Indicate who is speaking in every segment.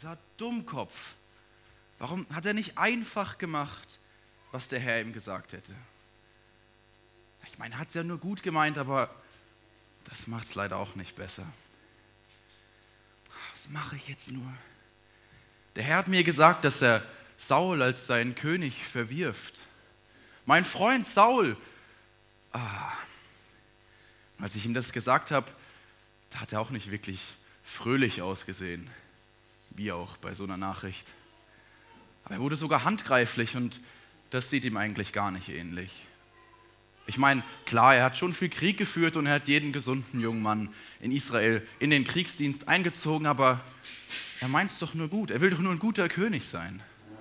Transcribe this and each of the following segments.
Speaker 1: dieser Dummkopf, warum hat er nicht einfach gemacht, was der Herr ihm gesagt hätte? Ich meine, er hat es ja nur gut gemeint, aber das macht es leider auch nicht besser. Was mache ich jetzt nur? Der Herr hat mir gesagt, dass er Saul als seinen König verwirft. Mein Freund Saul. Als ich ihm das gesagt habe, da hat er auch nicht wirklich fröhlich ausgesehen. Wie auch bei so einer Nachricht. Aber er wurde sogar handgreiflich und das sieht ihm eigentlich gar nicht ähnlich. Ich meine, klar, er hat schon viel Krieg geführt und er hat jeden gesunden jungen Mann in Israel in den Kriegsdienst eingezogen, aber er meint es doch nur gut. Er will doch nur ein guter König sein.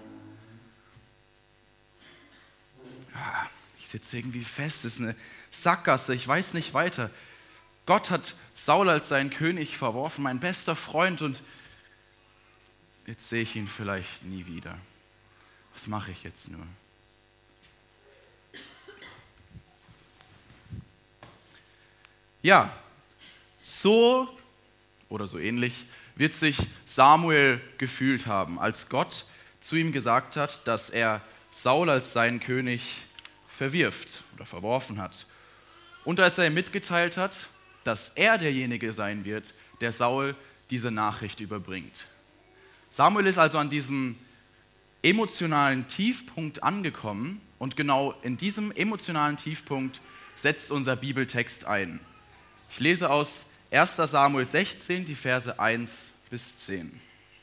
Speaker 1: Ich sitze irgendwie fest, das ist eine Sackgasse, ich weiß nicht weiter. Gott hat Saul als seinen König verworfen, mein bester Freund, und jetzt sehe ich ihn vielleicht nie wieder. Was mache ich jetzt nur? Ja, so oder so ähnlich wird sich Samuel gefühlt haben, als Gott zu ihm gesagt hat, dass er Saul als seinen König verwirft oder verworfen hat. Und als er ihm mitgeteilt hat, dass er derjenige sein wird, der Saul diese Nachricht überbringt. Samuel ist also an diesem emotionalen Tiefpunkt angekommen und genau in diesem emotionalen Tiefpunkt setzt unser Bibeltext ein. Ich lese aus 1. Samuel 16, die Verse 1 bis 10.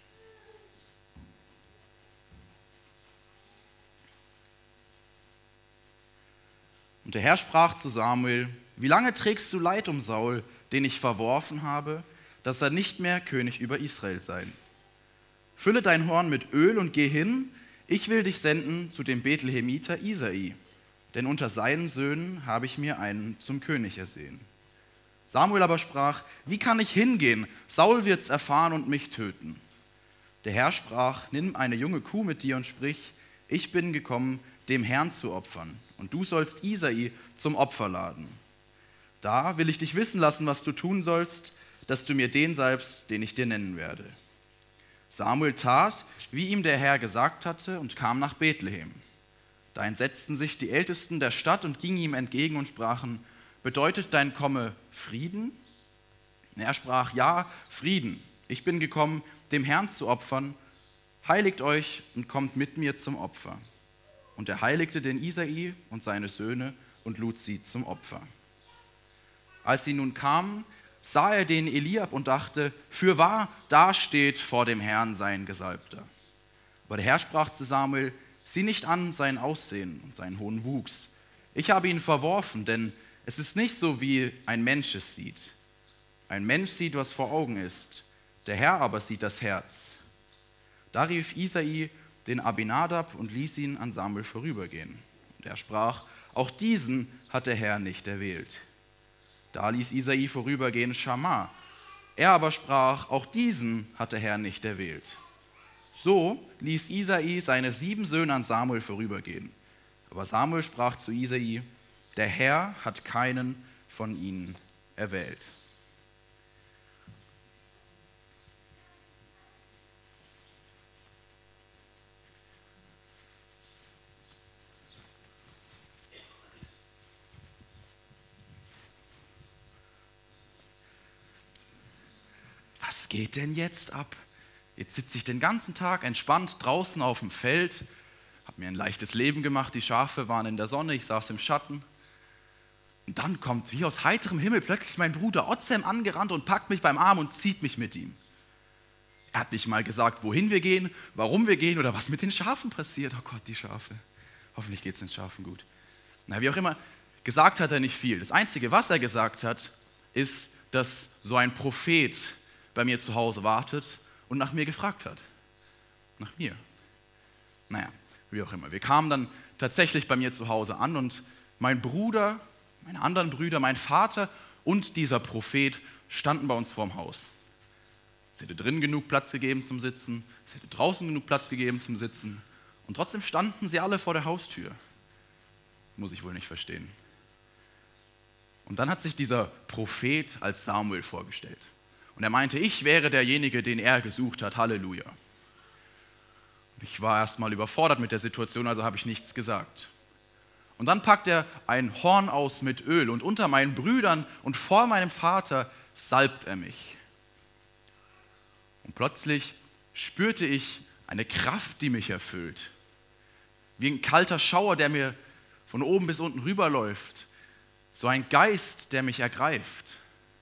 Speaker 1: Und der Herr sprach zu Samuel: Wie lange trägst du Leid um Saul, den ich verworfen habe, dass er nicht mehr König über Israel sei? Fülle dein Horn mit Öl und geh hin, ich will dich senden zu dem Bethlehemiter Isai, denn unter seinen Söhnen habe ich mir einen zum König ersehen. Samuel aber sprach: Wie kann ich hingehen? Saul wird's erfahren und mich töten. Der Herr sprach: Nimm eine junge Kuh mit dir und sprich: Ich bin gekommen, dem Herrn zu opfern, und du sollst Isai zum Opfer laden. Da will ich dich wissen lassen, was du tun sollst, dass du mir den salbst, den ich dir nennen werde. Samuel tat, wie ihm der Herr gesagt hatte, und kam nach Bethlehem. Da entsetzten sich die Ältesten der Stadt und gingen ihm entgegen und sprachen: Bedeutet dein Komme Frieden? Und er sprach: Ja, Frieden. Ich bin gekommen, dem Herrn zu opfern. Heiligt euch und kommt mit mir zum Opfer. Und er heiligte den Isai und seine Söhne und lud sie zum Opfer. Als sie nun kamen, sah er den Eliab und dachte: Fürwahr, da steht vor dem Herrn sein Gesalbter. Aber der Herr sprach zu Samuel: Sieh nicht an sein Aussehen und seinen hohen Wuchs. Ich habe ihn verworfen, denn es ist nicht so, wie ein Mensch es sieht. Ein Mensch sieht, was vor Augen ist, der Herr aber sieht das Herz. Da rief Isai den Abinadab und ließ ihn an Samuel vorübergehen. Und er sprach: Auch diesen hat der Herr nicht erwählt. Da ließ Isai vorübergehen Schamma. Er aber sprach: Auch diesen hat der Herr nicht erwählt. So ließ Isai seine 7 Söhne an Samuel vorübergehen. Aber Samuel sprach zu Isai: Der Herr hat keinen von ihnen erwählt. Was geht denn jetzt ab? Jetzt sitze ich den ganzen Tag entspannt draußen auf dem Feld, habe mir ein leichtes Leben gemacht, die Schafe waren in der Sonne, ich saß im Schatten. Und dann kommt wie aus heiterem Himmel plötzlich mein Bruder Ozem angerannt und packt mich beim Arm und zieht mich mit ihm. Er hat nicht mal gesagt, wohin wir gehen, warum wir gehen oder was mit den Schafen passiert. Oh Gott, die Schafe. Hoffentlich geht es den Schafen gut. Na, wie auch immer, gesagt hat er nicht viel. Das Einzige, was er gesagt hat, ist, dass so ein Prophet bei mir zu Hause wartet und nach mir gefragt hat. Nach mir. Naja, wie auch immer. Wir kamen dann tatsächlich bei mir zu Hause an und mein Bruder, meine anderen Brüder, mein Vater und dieser Prophet standen bei uns vorm Haus. Es hätte drinnen genug Platz gegeben zum Sitzen, es hätte draußen genug Platz gegeben zum Sitzen und trotzdem standen sie alle vor der Haustür. Muss ich wohl nicht verstehen. Und dann hat sich dieser Prophet als Samuel vorgestellt. Und er meinte, ich wäre derjenige, den er gesucht hat. Halleluja. Ich war erstmal überfordert mit der Situation, also habe ich nichts gesagt. Und dann packt er ein Horn aus mit Öl und unter meinen Brüdern und vor meinem Vater salbt er mich. Und plötzlich spürte ich eine Kraft, die mich erfüllt. Wie ein kalter Schauer, der mir von oben bis unten rüberläuft. So ein Geist, der mich ergreift.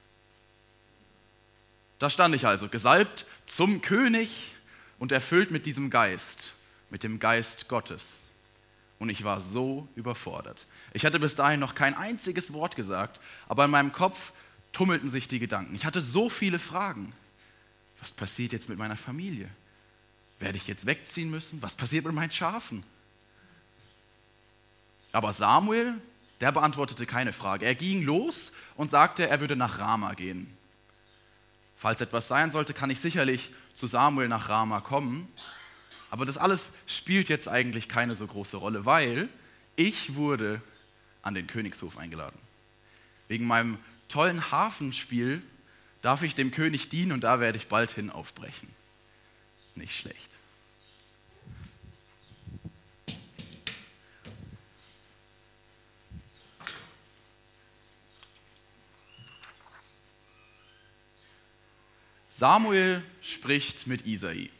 Speaker 1: Da stand ich also, gesalbt zum König und erfüllt mit diesem Geist, mit dem Geist Gottes. Und ich war so überfordert. Ich hatte bis dahin noch kein einziges Wort gesagt, aber in meinem Kopf tummelten sich die Gedanken. Ich hatte so viele Fragen. Was passiert jetzt mit meiner Familie? Werde ich jetzt wegziehen müssen? Was passiert mit meinen Schafen? Aber Samuel, der beantwortete keine Frage. Er ging los und sagte, er würde nach Rama gehen. Falls etwas sein sollte, kann ich sicherlich zu Samuel nach Rama kommen. Aber das alles spielt jetzt eigentlich keine so große Rolle, weil ich wurde an den Königshof eingeladen. Wegen meinem tollen Hafenspiel darf ich dem König dienen und da werde ich bald hin aufbrechen. Nicht schlecht. Samuel spricht mit Isai.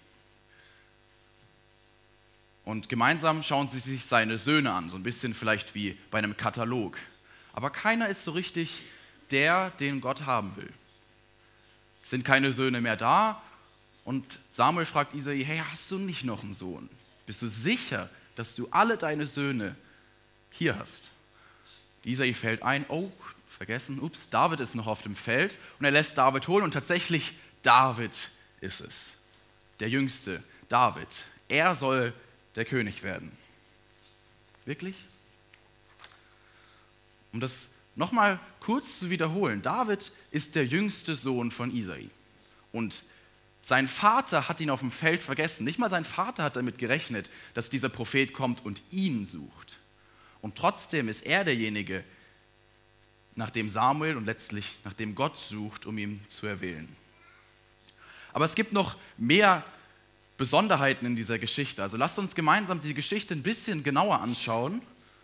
Speaker 1: Und gemeinsam schauen sie sich seine Söhne an, so ein bisschen vielleicht wie bei einem Katalog. Aber keiner ist so richtig der, den Gott haben will. Es sind keine Söhne mehr da und Samuel fragt Isai, hey, hast du nicht noch einen Sohn? Bist du sicher, dass du alle deine Söhne hier hast? Isai fällt ein, oh, vergessen, David ist noch auf dem Feld und er lässt David holen und tatsächlich David ist es, der Jüngste, David. Er soll der König werden. Wirklich? Um das nochmal kurz zu wiederholen, David ist der jüngste Sohn von Isai. Und sein Vater hat ihn auf dem Feld vergessen. Nicht mal sein Vater hat damit gerechnet, dass dieser Prophet kommt und ihn sucht. Und trotzdem ist er derjenige, nach dem Samuel und letztlich nach dem Gott sucht, um ihn zu erwählen. Aber es gibt noch mehr Besonderheiten in dieser Geschichte. Also lasst uns gemeinsam die Geschichte ein bisschen genauer anschauen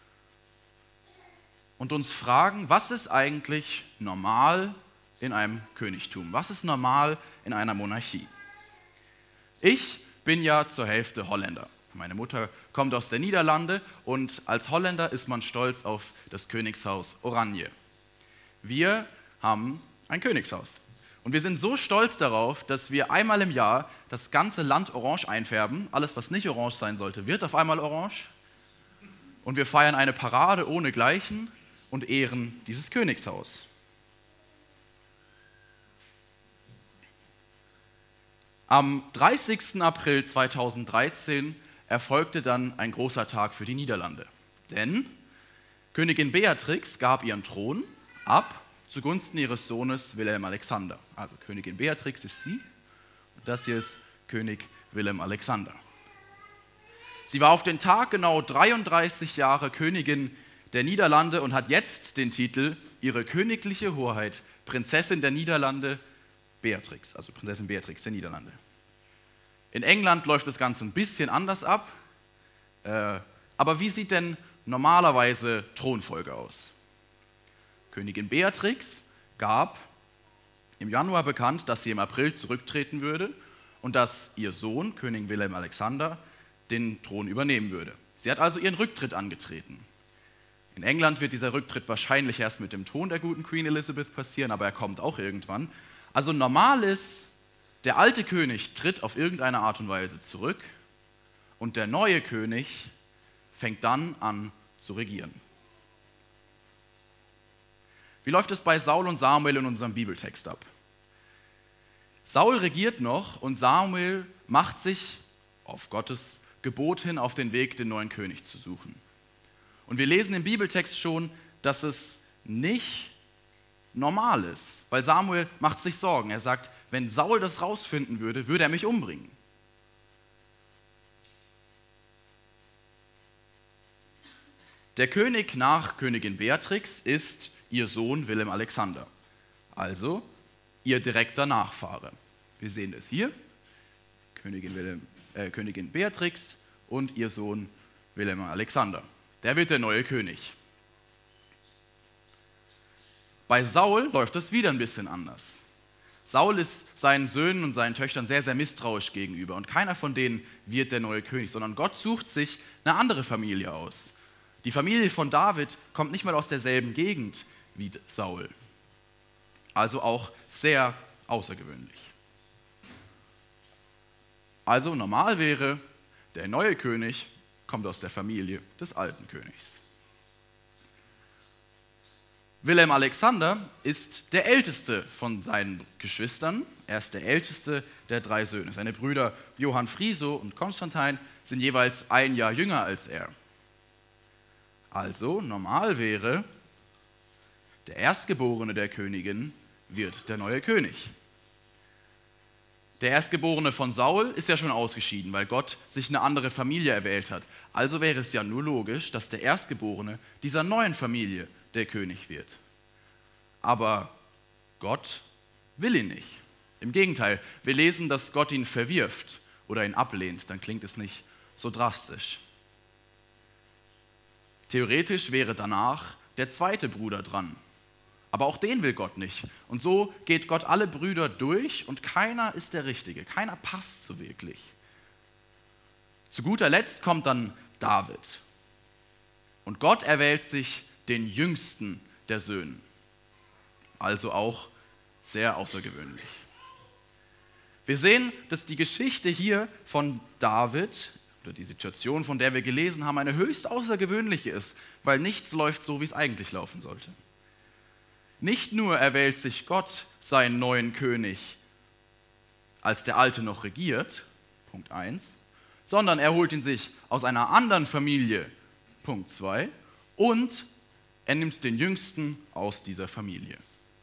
Speaker 1: und uns fragen, was ist eigentlich normal in einem Königtum? Was ist normal in einer Monarchie? Ich bin ja zur Hälfte Holländer. Meine Mutter kommt aus den Niederlanden und als Holländer ist man stolz auf das Königshaus Oranje. Wir haben ein Königshaus. Und wir sind so stolz darauf, dass wir einmal im Jahr das ganze Land orange einfärben. Alles, was nicht orange sein sollte, wird auf einmal orange. Und wir feiern eine Parade ohnegleichen und ehren dieses Königshaus. Am 30. April 2013 erfolgte dann ein großer Tag für die Niederlande. Denn Königin Beatrix gab ihren Thron ab zugunsten ihres Sohnes Willem Alexander. Also Königin Beatrix ist sie und das hier ist König Willem Alexander. Sie war auf den Tag genau 33 Jahre Königin der Niederlande und hat jetzt den Titel Ihre königliche Hoheit Prinzessin der Niederlande Beatrix, also Prinzessin Beatrix der Niederlande. In England läuft das Ganze ein bisschen anders ab, aber wie sieht denn normalerweise Thronfolge aus? Königin Beatrix gab im Januar bekannt, dass sie im April zurücktreten würde und dass ihr Sohn, König Willem Alexander, den Thron übernehmen würde. Sie hat also ihren Rücktritt angetreten. In England wird dieser Rücktritt wahrscheinlich erst mit dem Tod der guten Queen Elizabeth passieren, aber er kommt auch irgendwann. Also normal ist, der alte König tritt auf irgendeine Art und Weise zurück und der neue König fängt dann an zu regieren. Wie läuft es bei Saul und Samuel in unserem Bibeltext ab? Saul regiert noch und Samuel macht sich auf Gottes Gebot hin auf den Weg, den neuen König zu suchen. Und wir lesen im Bibeltext schon, dass es nicht normal ist, weil Samuel macht sich Sorgen. Er sagt, wenn Saul das rausfinden würde, würde er mich umbringen. Der König nach Königin Beatrix ist ihr Sohn Willem Alexander, also ihr direkter Nachfahre. Wir sehen das hier, Königin Königin Beatrix und ihr Sohn Wilhelm Alexander. Der wird der neue König. Bei Saul läuft das wieder ein bisschen anders. Saul ist seinen Söhnen und seinen Töchtern sehr, sehr misstrauisch gegenüber und keiner von denen wird der neue König, sondern Gott sucht sich eine andere Familie aus. Die Familie von David kommt nicht mal aus derselben Gegend wie Saul. Also auch sehr außergewöhnlich. Also normal wäre, der neue König kommt aus der Familie des alten Königs. Wilhelm Alexander ist der älteste von seinen Geschwistern. Er ist der älteste der 3 Söhne. Seine Brüder Johann Friso und Konstantin sind jeweils 1 Jahr jünger als er. Also normal wäre, der Erstgeborene der Königin wird der neue König. Der Erstgeborene von Saul ist ja schon ausgeschieden, weil Gott sich eine andere Familie erwählt hat. Also wäre es ja nur logisch, dass der Erstgeborene dieser neuen Familie der König wird. Aber Gott will ihn nicht. Im Gegenteil, wir lesen, dass Gott ihn verwirft oder ihn ablehnt, dann klingt es nicht so drastisch. Theoretisch wäre danach der zweite Bruder dran. Aber auch den will Gott nicht. Und so geht Gott alle Brüder durch und keiner ist der Richtige. Keiner passt so wirklich. Zu guter Letzt kommt dann David. Und Gott erwählt sich den jüngsten der Söhne. Also auch sehr außergewöhnlich. Wir sehen, dass die Geschichte hier von David, oder die Situation, von der wir gelesen haben, eine höchst außergewöhnliche ist, weil nichts läuft so, wie es eigentlich laufen sollte. Nicht nur erwählt sich Gott seinen neuen König, als der Alte noch regiert, Punkt 1, sondern er holt ihn sich aus einer anderen Familie, Punkt 2, und er nimmt den Jüngsten aus dieser Familie.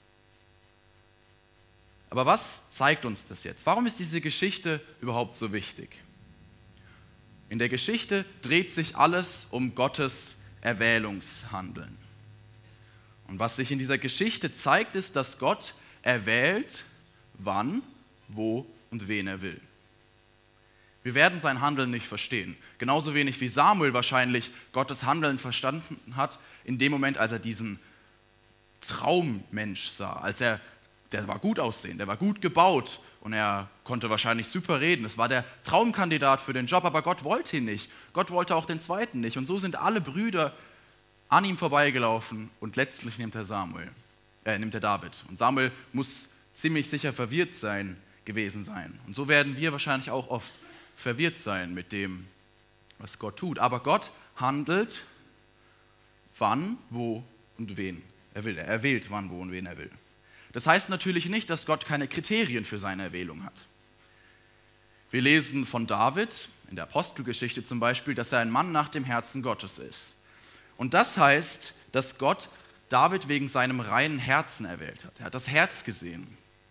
Speaker 1: Aber was zeigt uns das jetzt? Warum ist diese Geschichte überhaupt so wichtig? In der Geschichte dreht sich alles um Gottes Erwählungshandeln. Und was sich in dieser Geschichte zeigt, ist, dass Gott erwählt, wann, wo und wen er will. Wir werden sein Handeln nicht verstehen. Genauso wenig wie Samuel wahrscheinlich Gottes Handeln verstanden hat, in dem Moment, als er diesen Traummensch sah. Der war gut aussehend, der war gut gebaut und er konnte wahrscheinlich super reden. Es war der Traumkandidat für den Job, aber Gott wollte ihn nicht. Gott wollte auch den zweiten nicht. Und so sind alle Brüder an ihm vorbeigelaufen und letztlich nimmt er David. Und Samuel muss ziemlich sicher verwirrt gewesen sein. Und so werden wir wahrscheinlich auch oft verwirrt sein mit dem, was Gott tut. Aber Gott handelt, wann, wo und wen er will. Er wählt, wann, wo und wen er will. Das heißt natürlich nicht, dass Gott keine Kriterien für seine Erwählung hat. Wir lesen von David, in der Apostelgeschichte zum Beispiel, dass er ein Mann nach dem Herzen Gottes ist. Und das heißt, dass Gott David wegen seinem reinen Herzen erwählt hat. Er hat das Herz gesehen.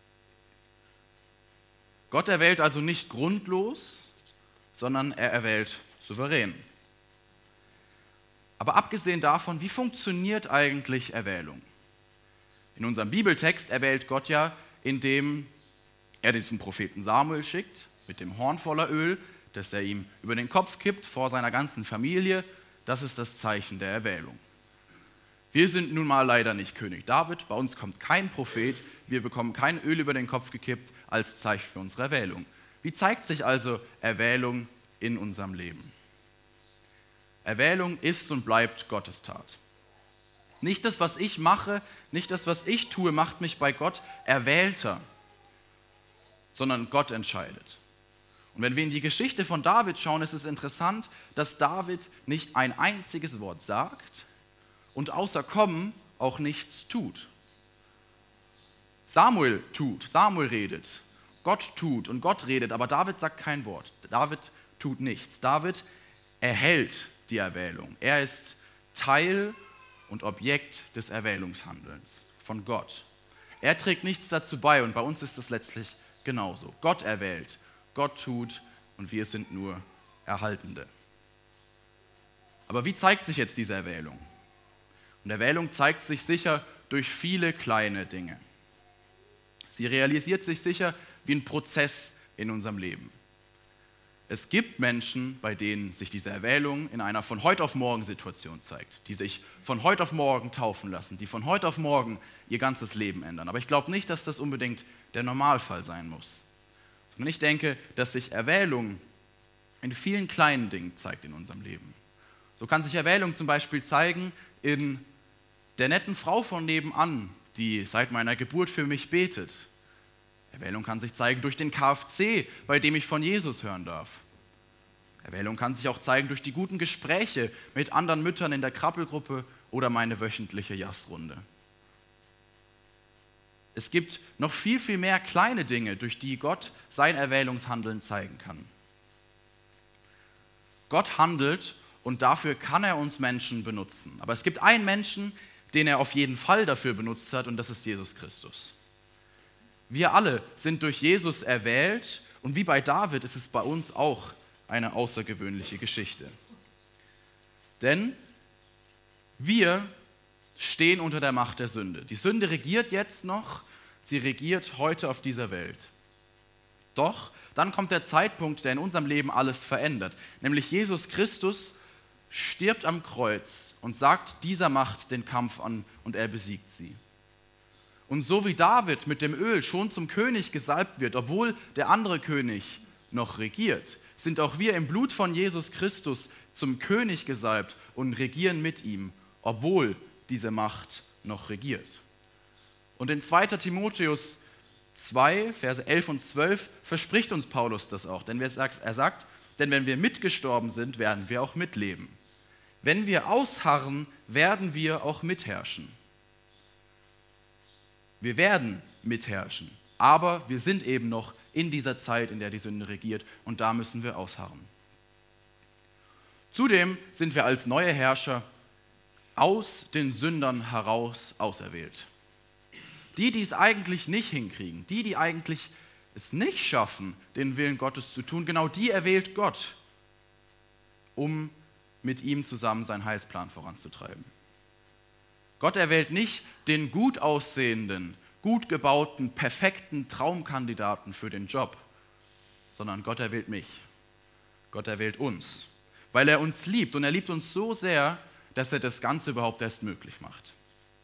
Speaker 1: Gott erwählt also nicht grundlos, sondern er erwählt souverän. Aber abgesehen davon, wie funktioniert eigentlich Erwählung? In unserem Bibeltext erwählt Gott ja, indem er diesen Propheten Samuel schickt, mit dem Horn voller Öl, das er ihm über den Kopf kippt vor seiner ganzen Familie. Das ist das Zeichen der Erwählung. Wir sind nun mal leider nicht König David, bei uns kommt kein Prophet, wir bekommen kein Öl über den Kopf gekippt als Zeichen für unsere Erwählung. Wie zeigt sich also Erwählung in unserem Leben? Erwählung ist und bleibt Gottes Tat. Nicht das, was ich mache, nicht das, was ich tue, macht mich bei Gott Erwählter, sondern Gott entscheidet. Und wenn wir in die Geschichte von David schauen, ist es interessant, dass David nicht ein einziges Wort sagt und außer Kommen auch nichts tut. Samuel tut, Samuel redet, Gott tut und Gott redet, aber David sagt kein Wort. David tut nichts. David erhält die Erwählung. Er ist Teil und Objekt des Erwählungshandelns von Gott. Er trägt nichts dazu bei und bei uns ist es letztlich genauso. Gott erwählt, Gott tut und wir sind nur Erhaltende. Aber wie zeigt sich jetzt diese Erwählung? Und Erwählung zeigt sich sicher durch viele kleine Dinge. Sie realisiert sich sicher wie ein Prozess in unserem Leben. es gibt Menschen, bei denen sich diese Erwählung in einer von heute auf morgen Situation zeigt, die sich von heute auf morgen taufen lassen, die von heute auf morgen ihr ganzes Leben ändern. Aber ich glaube nicht, dass das unbedingt der Normalfall sein muss. Sondern ich denke, dass sich Erwählung in vielen kleinen Dingen zeigt in unserem Leben. So kann sich Erwählung zum Beispiel zeigen in der netten Frau von nebenan, die seit meiner Geburt für mich betet. Erwählung kann sich zeigen durch den KFC, bei dem ich von Jesus hören darf. Erwählung kann sich auch zeigen durch die guten Gespräche mit anderen Müttern in der Krabbelgruppe oder meine wöchentliche Jazzrunde. Es gibt noch viel, viel mehr kleine Dinge, durch die Gott sein Erwählungshandeln zeigen kann. Gott handelt und dafür kann er uns Menschen benutzen. Aber es gibt einen Menschen, den er auf jeden Fall dafür benutzt hat, und das ist Jesus Christus. Wir alle sind durch Jesus erwählt und wie bei David ist es bei uns auch eine außergewöhnliche Geschichte. Denn wir stehen unter der Macht der Sünde. Die Sünde regiert jetzt noch, sie regiert heute auf dieser Welt. Doch dann kommt der Zeitpunkt, der in unserem Leben alles verändert. Nämlich Jesus Christus stirbt am Kreuz und sagt dieser Macht den Kampf an und er besiegt sie. Und so wie David mit dem Öl schon zum König gesalbt wird, obwohl der andere König noch regiert, sind auch wir im Blut von Jesus Christus zum König gesalbt und regieren mit ihm, obwohl diese Macht noch regiert. Und in 2. Timotheus 2, Verse 11 und 12 verspricht uns Paulus das auch. Denn er sagt, denn wenn wir mitgestorben sind, werden wir auch mitleben. Wenn wir ausharren, werden wir auch mitherrschen. Wir werden mitherrschen, aber wir sind eben noch in dieser Zeit, in der die Sünde regiert und da müssen wir ausharren. Zudem sind wir als neue Herrscher aus den Sündern heraus auserwählt. Die es eigentlich nicht hinkriegen, die eigentlich es nicht schaffen, den Willen Gottes zu tun, genau die erwählt Gott, um mit ihm zusammen seinen Heilsplan voranzutreiben. Gott erwählt nicht den gut aussehenden, gut gebauten, perfekten Traumkandidaten für den Job, sondern Gott erwählt mich. Gott erwählt uns, weil er uns liebt und er liebt uns so sehr, dass er das Ganze überhaupt erst möglich macht.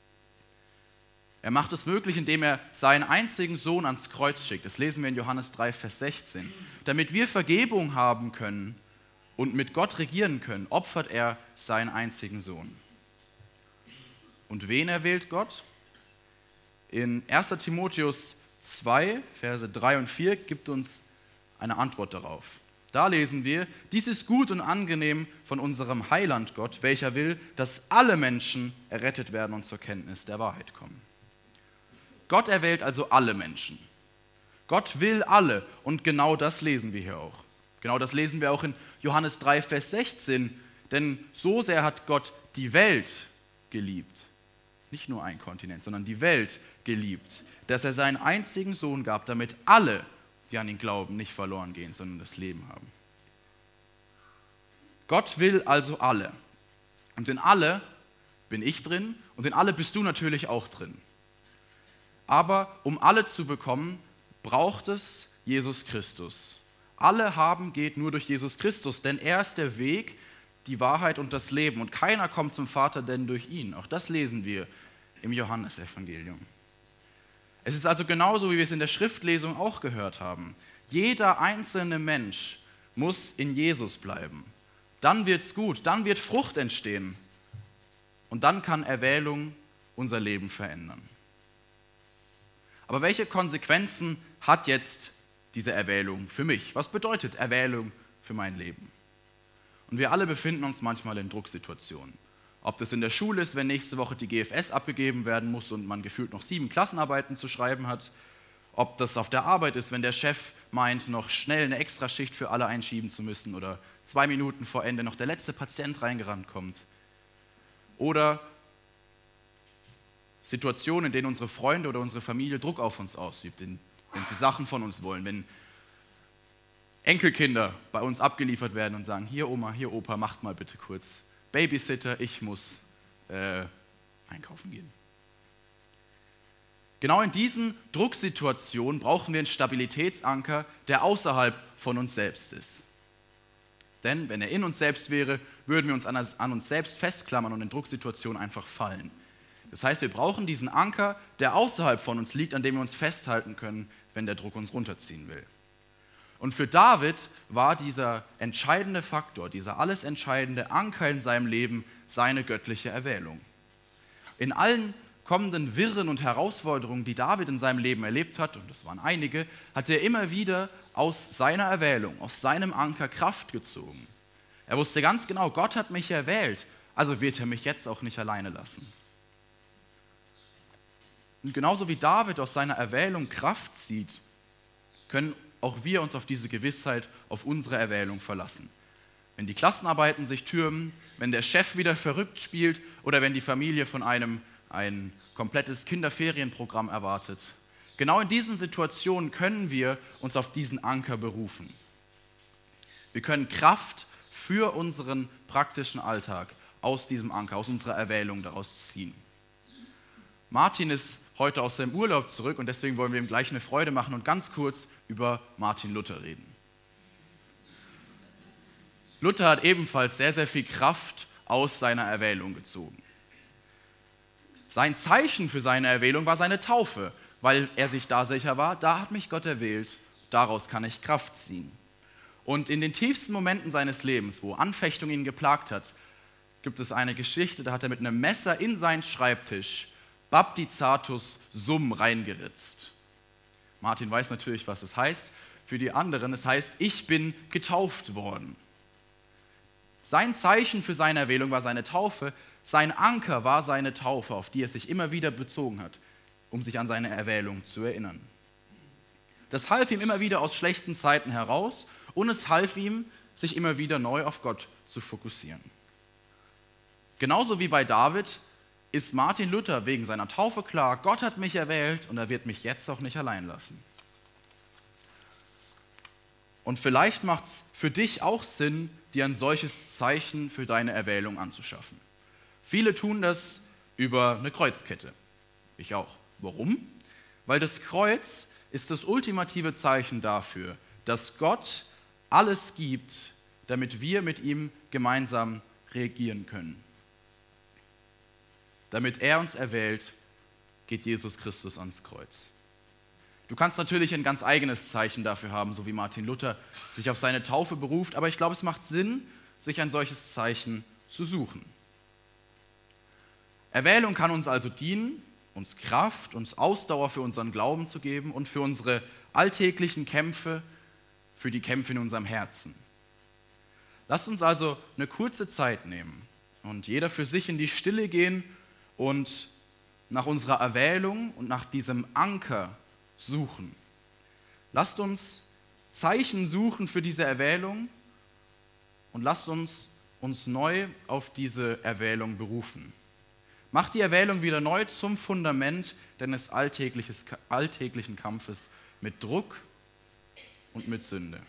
Speaker 1: Er macht es möglich, indem er seinen einzigen Sohn ans Kreuz schickt. Das lesen wir in Johannes 3, Vers 16. Damit wir Vergebung haben können und mit Gott regieren können, opfert er seinen einzigen Sohn. Und wen erwählt Gott? In 1. Timotheus 2, Verse 3 und 4 gibt uns eine Antwort darauf. Da lesen wir, dies ist gut und angenehm von unserem Heiland Gott, welcher will, dass alle Menschen errettet werden und zur Kenntnis der Wahrheit kommen. Gott erwählt also alle Menschen. Gott will alle und genau das lesen wir hier auch. Genau das lesen wir auch in Johannes 3, Vers 16, denn so sehr hat Gott die Welt geliebt. Nicht nur ein Kontinent, sondern die Welt geliebt, dass er seinen einzigen Sohn gab, damit alle, die an ihn glauben, nicht verloren gehen, sondern das Leben haben. Gott will also alle. Und in alle bin ich drin und in alle bist du natürlich auch drin. Aber um alle zu bekommen, braucht es Jesus Christus. Alle haben geht nur durch Jesus Christus, denn er ist der Weg, die Wahrheit und das Leben. Und keiner kommt zum Vater denn durch ihn. Auch das lesen wir im Johannesevangelium. Es ist also genauso, wie wir es in der Schriftlesung auch gehört haben. Jeder einzelne Mensch muss in Jesus bleiben. Dann wird's gut, dann wird Frucht entstehen. Und dann kann Erwählung unser Leben verändern. Aber welche Konsequenzen hat jetzt diese Erwählung für mich? Was bedeutet Erwählung für mein Leben? Und wir alle befinden uns manchmal in Drucksituationen. Ob das in der Schule ist, wenn nächste Woche die GFS abgegeben werden muss und man gefühlt noch 7 Klassenarbeiten zu schreiben hat. Ob das auf der Arbeit ist, wenn der Chef meint, noch schnell eine Extraschicht für alle einschieben zu müssen oder 2 Minuten vor Ende noch der letzte Patient reingerannt kommt. Oder Situationen, in denen unsere Freunde oder unsere Familie Druck auf uns ausübt, wenn sie Sachen von uns wollen, wenn Enkelkinder bei uns abgeliefert werden und sagen, hier Oma, hier Opa, macht mal bitte kurz Babysitter, ich muss einkaufen gehen. Genau in diesen Drucksituationen brauchen wir einen Stabilitätsanker, der außerhalb von uns selbst ist. Denn wenn er in uns selbst wäre, würden wir uns an uns selbst festklammern und in Drucksituationen einfach fallen. Das heißt, wir brauchen diesen Anker, der außerhalb von uns liegt, an dem wir uns festhalten können, wenn der Druck uns runterziehen will. Und für David war dieser entscheidende Faktor, dieser alles entscheidende Anker in seinem Leben seine göttliche Erwählung. In allen kommenden Wirren und Herausforderungen, die David in seinem Leben erlebt hat, und das waren einige, hat er immer wieder aus seiner Erwählung, aus seinem Anker Kraft gezogen. Er wusste ganz genau, Gott hat mich erwählt, also wird er mich jetzt auch nicht alleine lassen. Und genauso wie David aus seiner Erwählung Kraft zieht, können auch wir uns auf diese Gewissheit, auf unsere Erwählung verlassen. Wenn die Klassenarbeiten sich türmen, wenn der Chef wieder verrückt spielt oder wenn die Familie von einem ein komplettes Kinderferienprogramm erwartet. Genau in diesen Situationen können wir uns auf diesen Anker berufen. Wir können Kraft für unseren praktischen Alltag aus diesem Anker, aus unserer Erwählung daraus ziehen. Martin ist heute aus seinem Urlaub zurück und deswegen wollen wir ihm gleich eine Freude machen und ganz kurz über Martin Luther reden. Luther hat ebenfalls sehr, sehr viel Kraft aus seiner Erwählung gezogen. Sein Zeichen für seine Erwählung war seine Taufe, weil er sich da sicher war, da hat mich Gott erwählt, daraus kann ich Kraft ziehen. Und in den tiefsten Momenten seines Lebens, wo Anfechtung ihn geplagt hat, gibt es eine Geschichte, da hat er mit einem Messer in seinen Schreibtisch Baptizatus sum reingeritzt. Martin weiß natürlich, was es heißt. Für die anderen, es heißt, ich bin getauft worden. Sein Zeichen für seine Erwählung war seine Taufe, sein Anker war seine Taufe, auf die er sich immer wieder bezogen hat, um sich an seine Erwählung zu erinnern. Das half ihm immer wieder aus schlechten Zeiten heraus und es half ihm, sich immer wieder neu auf Gott zu fokussieren. Genauso wie bei David ist Martin Luther wegen seiner Taufe klar, Gott hat mich erwählt und er wird mich jetzt auch nicht allein lassen. Und vielleicht macht es für dich auch Sinn, dir ein solches Zeichen für deine Erwählung anzuschaffen. Viele tun das über eine Kreuzkette. Ich auch. Warum? Weil das Kreuz ist das ultimative Zeichen dafür, dass Gott alles gibt, damit wir mit ihm gemeinsam regieren können. Damit er uns erwählt, geht Jesus Christus ans Kreuz. Du kannst natürlich ein ganz eigenes Zeichen dafür haben, so wie Martin Luther sich auf seine Taufe beruft, aber ich glaube, es macht Sinn, sich ein solches Zeichen zu suchen. Erwählung kann uns also dienen, uns Kraft, uns Ausdauer für unseren Glauben zu geben und für unsere alltäglichen Kämpfe, für die Kämpfe in unserem Herzen. Lasst uns also eine kurze Zeit nehmen und jeder für sich in die Stille gehen und nach unserer Erwählung und nach diesem Anker suchen. Lasst uns Zeichen suchen für diese Erwählung und lasst uns neu auf diese Erwählung berufen. Macht die Erwählung wieder neu zum Fundament deines alltäglichen Kampfes mit Druck und mit Sünde.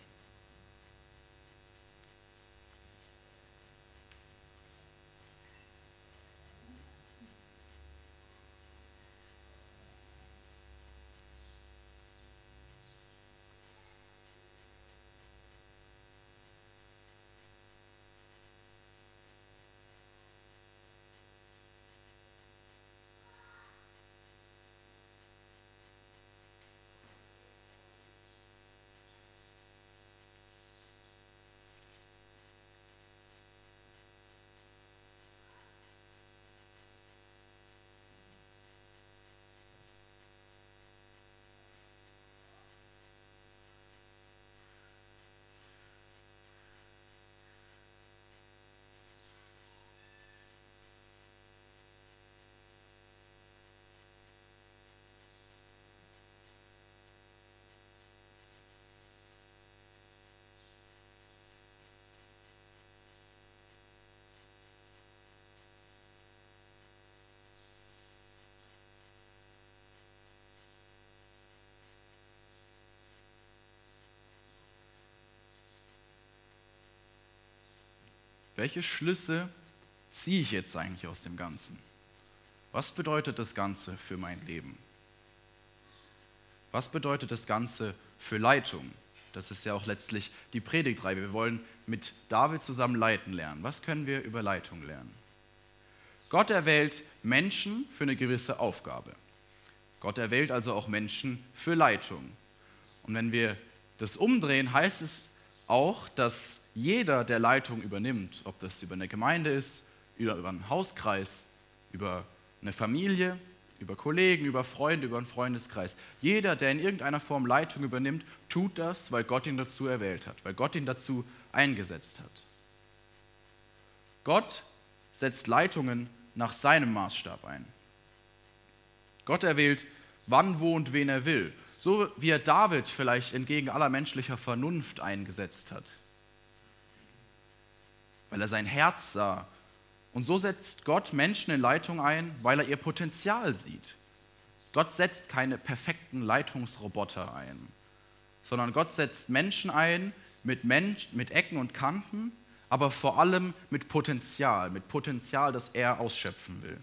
Speaker 1: Welche Schlüsse ziehe ich jetzt eigentlich aus dem Ganzen? Was bedeutet das Ganze für mein Leben? Was bedeutet das Ganze für Leitung, Das ist ja auch letztlich die Predigtreihe. Wir wollen mit David zusammen leiten lernen. Was können wir über Leitung lernen? Gott erwählt Menschen für eine gewisse Aufgabe. Gott erwählt also auch Menschen für Leitung. Und wenn wir das umdrehen, heißt es auch, dass jeder, der Leitung übernimmt, ob das über eine Gemeinde ist, über einen Hauskreis, über eine Familie, über Kollegen, über Freunde, über einen Freundeskreis, jeder, der in irgendeiner Form Leitung übernimmt, tut das, weil Gott ihn dazu erwählt hat, weil Gott ihn dazu eingesetzt hat. Gott setzt Leitungen nach seinem Maßstab ein. Gott erwählt, wann, wo und wen er will, so wie er David vielleicht entgegen aller menschlicher Vernunft eingesetzt hat, weil er sein Herz sah. Und so setzt Gott Menschen in Leitung ein, weil er ihr Potenzial sieht. Gott setzt keine perfekten Leitungsroboter ein, sondern Gott setzt Menschen ein mit Ecken und Kanten, aber vor allem mit Potenzial, das er ausschöpfen will.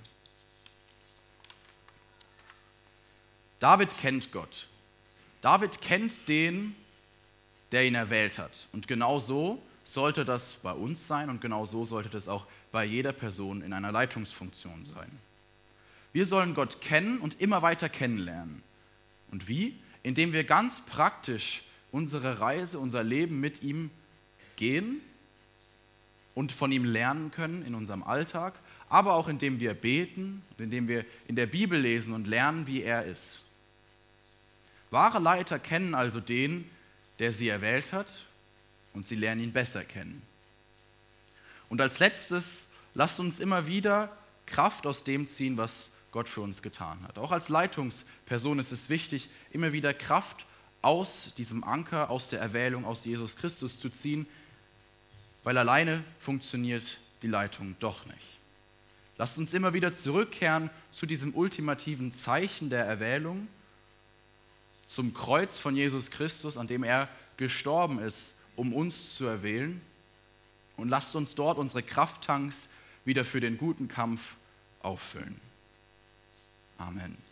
Speaker 1: David kennt Gott. David kennt den, der ihn erwählt hat. Und genau so sollte das bei uns sein und genau so sollte das auch bei jeder Person in einer Leitungsfunktion sein. Wir sollen Gott kennen und immer weiter kennenlernen. Und wie? Indem wir ganz praktisch unsere Reise, unser Leben mit ihm gehen und von ihm lernen können in unserem Alltag, aber auch indem wir beten, indem wir in der Bibel lesen und lernen, wie er ist. Wahre Leiter kennen also den, der sie erwählt hat, und sie lernen ihn besser kennen. Und als letztes, lasst uns immer wieder Kraft aus dem ziehen, was Gott für uns getan hat. Auch als Leitungsperson ist es wichtig, immer wieder Kraft aus diesem Anker, aus der Erwählung, aus Jesus Christus zu ziehen, weil alleine funktioniert die Leitung doch nicht. Lasst uns immer wieder zurückkehren zu diesem ultimativen Zeichen der Erwählung, zum Kreuz von Jesus Christus, an dem er gestorben ist, um uns zu erwählen. Und lasst uns dort unsere Krafttanks wieder für den guten Kampf auffüllen. Amen.